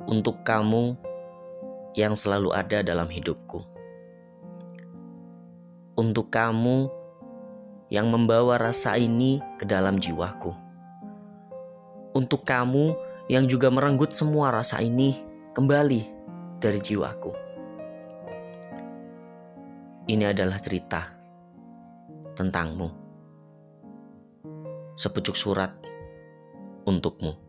untuk kamu yang selalu ada dalam hidupku. Untuk kamu yang membawa rasa ini ke dalam jiwaku. Untuk kamu yang juga merenggut semua rasa ini kembali dari jiwaku. Ini adalah cerita tentangmu. Sepucuk surat untukmu.